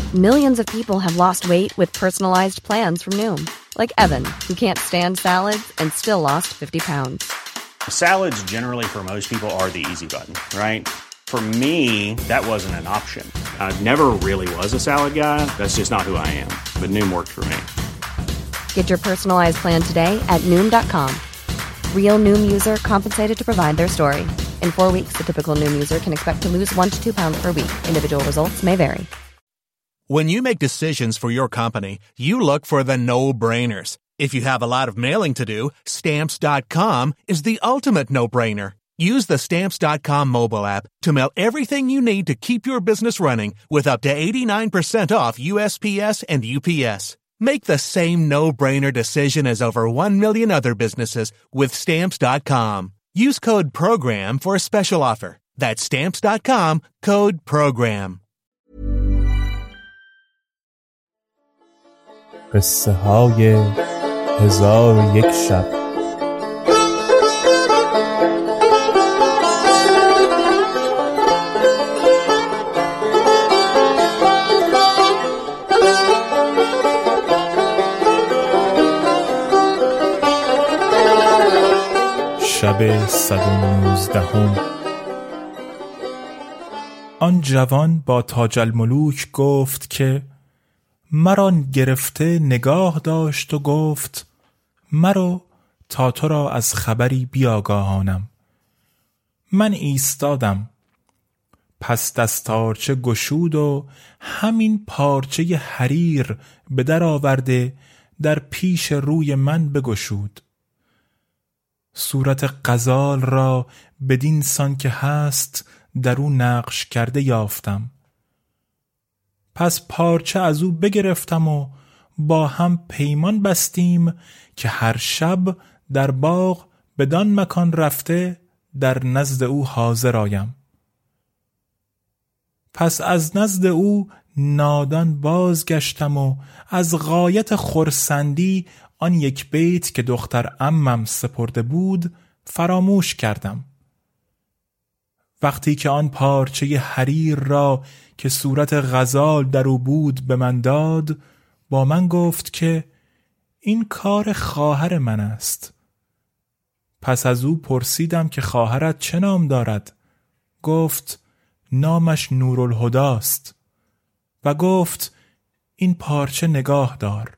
Millions of people have lost weight with personalized plans from Noom. Like Evan, who can't stand salads and still lost 50 pounds. Salads generally for most people are the easy button, right? For me, that wasn't an option. I never really was a salad guy. That's just not who I am. But Noom worked for me. Get your personalized plan today at Noom.com. Real Noom user compensated to provide their story. In 4 weeks, the typical Noom user can expect to lose 1 to 2 pounds per week. Individual results may vary. When you make decisions for your company, you look for the no-brainers. If you have a lot of mailing to do, Stamps.com is the ultimate no-brainer. Use the Stamps.com mobile app to mail everything you need to keep your business running with up to 89% off USPS and UPS. Make the same no-brainer decision as over 1 million other businesses with Stamps.com. Use code PROGRAM for a special offer. That's Stamps.com, code PROGRAM. قصه های 1001 شب. شب 119. آن جوان با تاج الملوک گفت که مرا گرفته نگاه داشت و گفت مرا تا تو را از خبری بیاگاهانم. من ایستادم، پس دستارچه گشود و همین پارچه حریر به در آورده در پیش روی من بگشود. صورت غزال را بدین سان که هست در او نقش کرده یافتم. پس پارچه از او بگرفتم و با هم پیمان بستیم که هر شب در باغ بدان مکان رفته در نزد او حاضر آیم. پس از نزد او نادان بازگشتم و از غایت خرسندی آن یک بیت که دختر عمم سپرده بود فراموش کردم. وقتی که آن پارچه حریر را که صورت غزال در او بود به من داد، با من گفت که این کار خواهر من است. پس از او پرسیدم که خواهرت چه نام دارد؟ گفت نامش نورالهداست. و گفت این پارچه نگاه دار.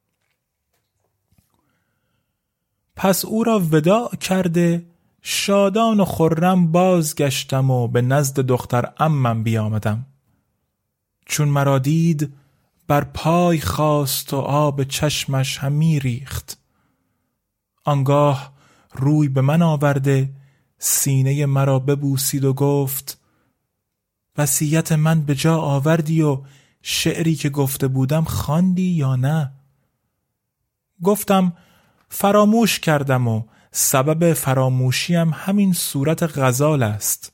پس او را وداع کرده شادان و خرم بازگشتم و به نزد دختر عمم بیامدم. چون مرا دید بر پای خاست و آب چشمش همی ریخت. آنگاه روی به من آورده سینه مرا ببوسید و گفت وصیت من به جا آوردی و شعری که گفته بودم خواندی یا نه؟ گفتم فراموش کردم و سبب فراموشیم همین صورت غزال است.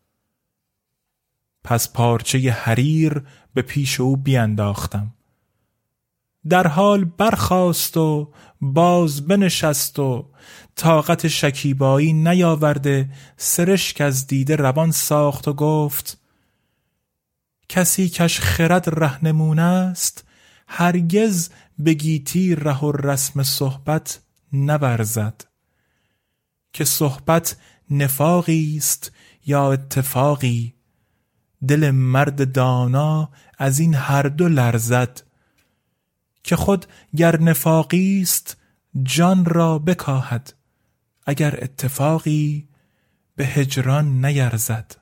پس پارچه حریر به پیش او بینداختم. در حال برخاست و باز بنشست و طاقت شکیبایی نیاورده سرشک از دیده روان ساخت و گفت کسی کش خرد رهنمون است هرگز به گیتی ره و رسم صحبت نورزد، که صحبت نفاقی است یا اتفاقی، دل مرد دانا از این هر دو لرزد، که خود گر نفاقی است جان را بکاهد، اگر اتفاقی به هجران نیرزد.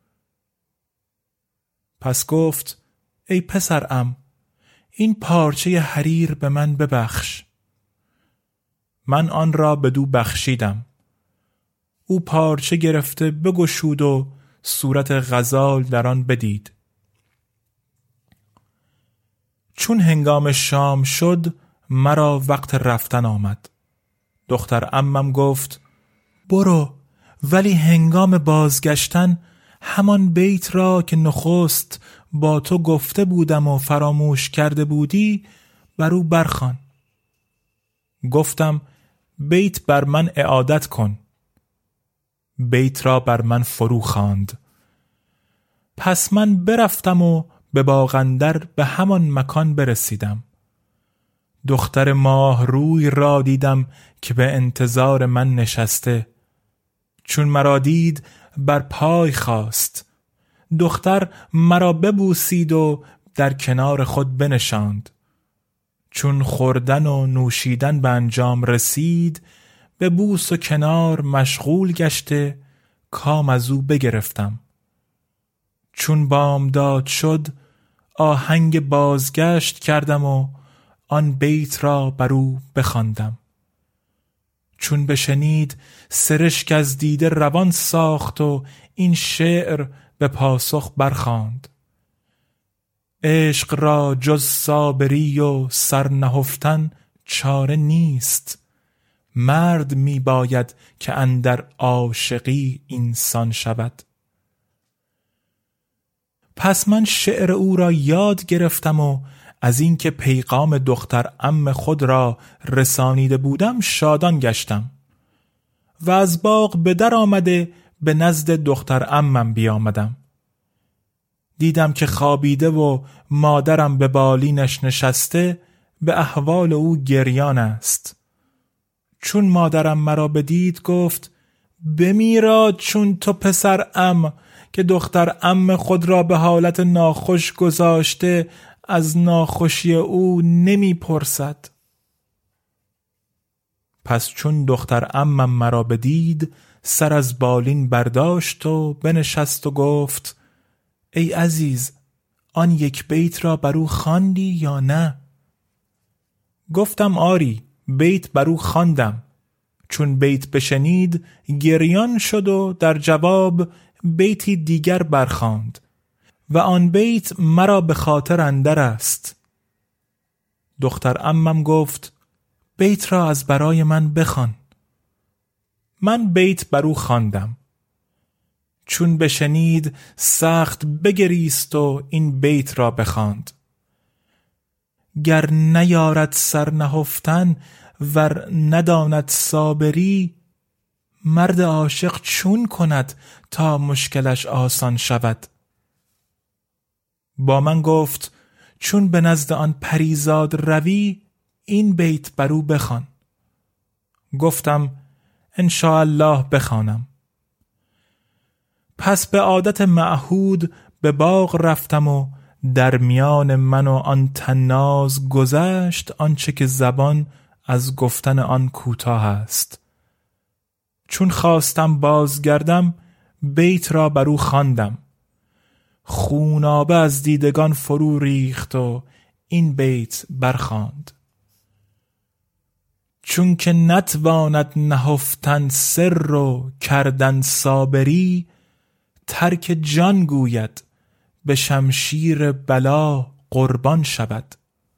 پس گفت ای پسرعم این پارچه حریر به من ببخش. من آن را بدو بخشیدم. او پارچه گرفته بگشود و صورت غزال در آن بدید. چون هنگام شام شد مرا وقت رفتن آمد. دختر عمم گفت برو، ولی هنگام بازگشتن همان بیت را که نخست با تو گفته بودم و فراموش کرده بودی بر او برخوان. گفتم بیت بر من اعادت کن. بیت را بر من فرو خواند. پس من برفتم و به باغ اندر به همان مکان برسیدم. دختر ماه روی را دیدم که به انتظار من نشسته. چون مرا دید بر پای خاست. دختر مرا ببوسید و در کنار خود بنشاند. چون خوردن و نوشیدن به انجام رسید، به بوس و کنار مشغول گشته کام از او بگرفتم. چون بامداد شد آهنگ بازگشت کردم و آن بیت را بر او بخواندم. چون بشنید سرشک از دیده روان ساخت و این شعر به پاسخ برخواند. عشق را جز صابری و سرنهفتن چاره نیست، مرد می باید که اندر عاشقی اینسان شود. پس من شعر او را یاد گرفتم و از اینکه پیغام دختر عم خود را رسانیده بودم شادان گشتم و از باغ به در آمده به نزد دختر عمم بیامدم. دیدم که خوابیده و مادرم به بالینش نشسته به احوال او گریان است. چون مادرم مرا بدید گفت بمیرا چون تو پسر عم که دختر عم خود را به حالت ناخوش گذاشته از ناخوشی او نمی پرسد. پس چون دختر عمم مرا بدید سر از بالین برداشت و بنشست و گفت ای عزیز، آن یک بیت را بر او خواندی یا نه؟ گفتم آری، بیت بر او خواندم. چون بیت بشنید گریان شد و در جواب بیتی دیگر برخواند و آن بیت مرا به خاطر اندر است. دختر عمم گفت بیت را از برای من بخوان. من بیت بر او خواندم. چون بشنید سخت بگریست و این بیت را بخواند. گر نیارد سر نهفتن ور نداند صابری، مرد عاشق چون کند تا مشکلش آسان شود. با من گفت چون به نزد آن پریزاد روی این بیت بر او بخوان. گفتم انشاءالله بخوانم. پس به عادت معهود به باغ رفتم و در میان من و آن طناز گذشت آنچه که زبان از گفتن آن کوتاه است. چون خواستم بازگردم بیت را بر او خواندم. خونابه از دیدگان فرو ریخت و این بیت برخواند. چون که نتواند نهفتن سر و کردن صابری، ترک جان گوید به شمشیر بلا قربان شود.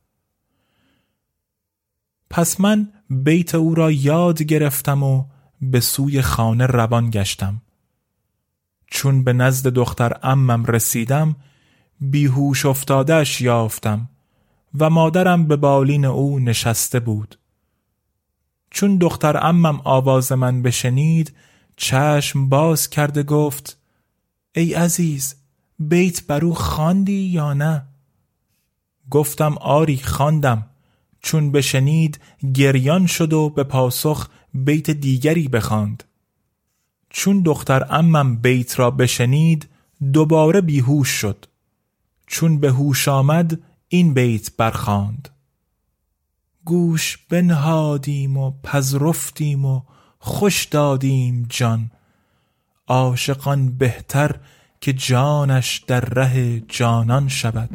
پس من بیت او را یاد گرفتم و به سوی خانه روان گشتم. چون به نزد دختر عمم رسیدم بیهوش افتاده‌اش یافتم و مادرم به بالین او نشسته بود. چون دختر عمم آواز من بشنید چشم باز کرده گفت ای عزیز، بیت بر او خواندی یا نه؟ گفتم آری خواندم. چون بشنید گریان شد و به پاسخ بیت دیگری بخواند. چون دختر عمم بیت را بشنید دوباره بیهوش شد. چون به هوش آمد این بیت برخواند. گوش بنهادیم و پذرفتیم و خوش دادیم جان، عاشقان بهتر که جانش در ره جانان شود.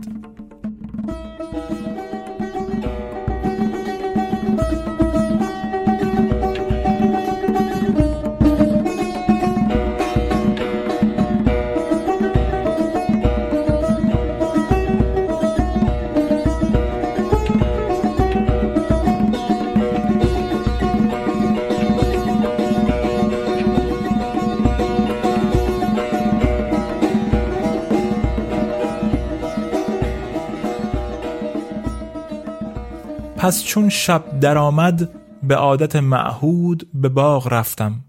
پس چون شب در آمد به عادت معهود به باغ رفتم.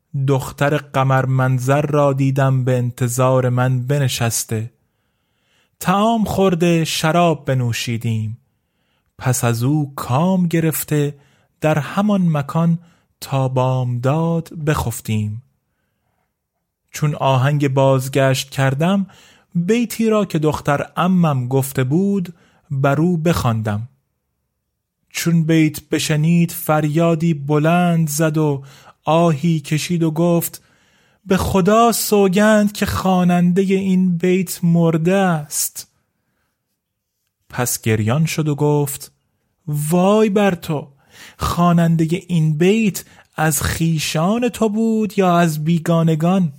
دختر قمر منظر را دیدم به انتظار من بنشسته. طعام خورده شراب بنوشیدیم. پس از او کام گرفته در همان مکان تا بامداد بخفتیم. چون آهنگ بازگشت کردم، بیتی را که دختر عمم گفته بود بر او بخواندم. چون بیت بشنید فریادی بلند زد و آهی کشید و گفت به خدا سوگند که خواننده این بیت مرده است. پس گریان شد و گفت وای بر تو، خواننده این بیت از خیشان تو بود یا از بیگانگان؟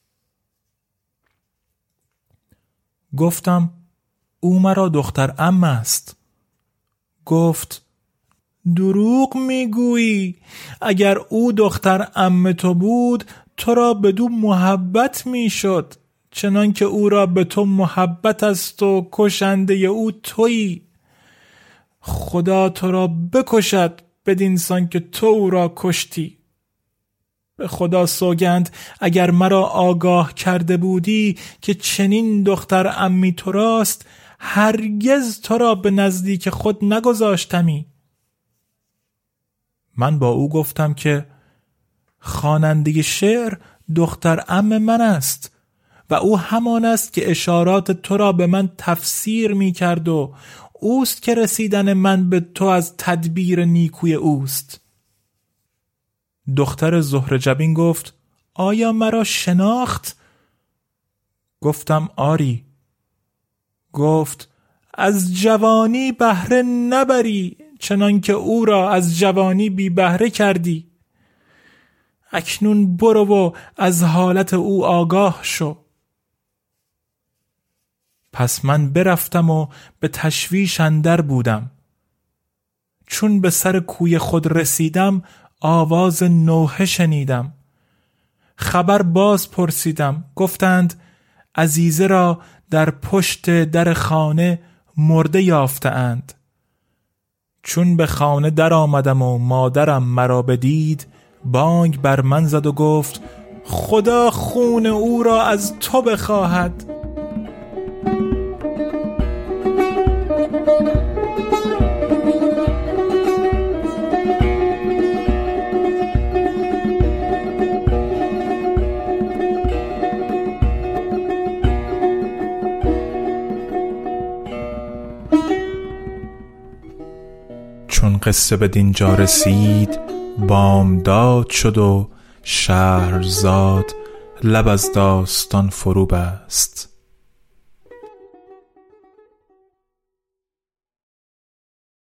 گفتم او مرا دختر عم است. گفت دروغ میگویی، اگر او دختر عم تو بود تو را بدو محبت میشد، چنان که او را به تو محبت است و کشنده او تویی. خدا تو را بکشد بدین سان که تو او را کشتی. به خدا سوگند اگر مرا آگاه کرده بودی که چنین دختر عمی تو راست، هرگز تو را به نزدیک خود نگذاشتمی. من با او گفتم که خواننده شعر دختر عم من است و او همان است که اشارات تو را به من تفسیر می کرد و اوست که رسیدن من به تو از تدبیر نیکوی اوست. دختر زهره جبین گفت آیا مرا شناخت؟ گفتم آری. گفت از جوانی بهره نبری، چنان که او را از جوانی بی بهره کردی. اکنون برو و از حالت او آگاه شو. پس من برفتم و به تشویش اندر بودم. چون به سر کوی خود رسیدم آواز نوحه شنیدم. خبر باز پرسیدم، گفتند عزیزه را در پشت در خانه مرده یافته اند. چون به خانه در آمدم و مادرم مرا بدید، بانگ بر من زد و گفت خدا خون او را از تو بخواهد. چون قصه به دینجا رسید، بامداد شد و شهرزاد لب از داستان فرو بست.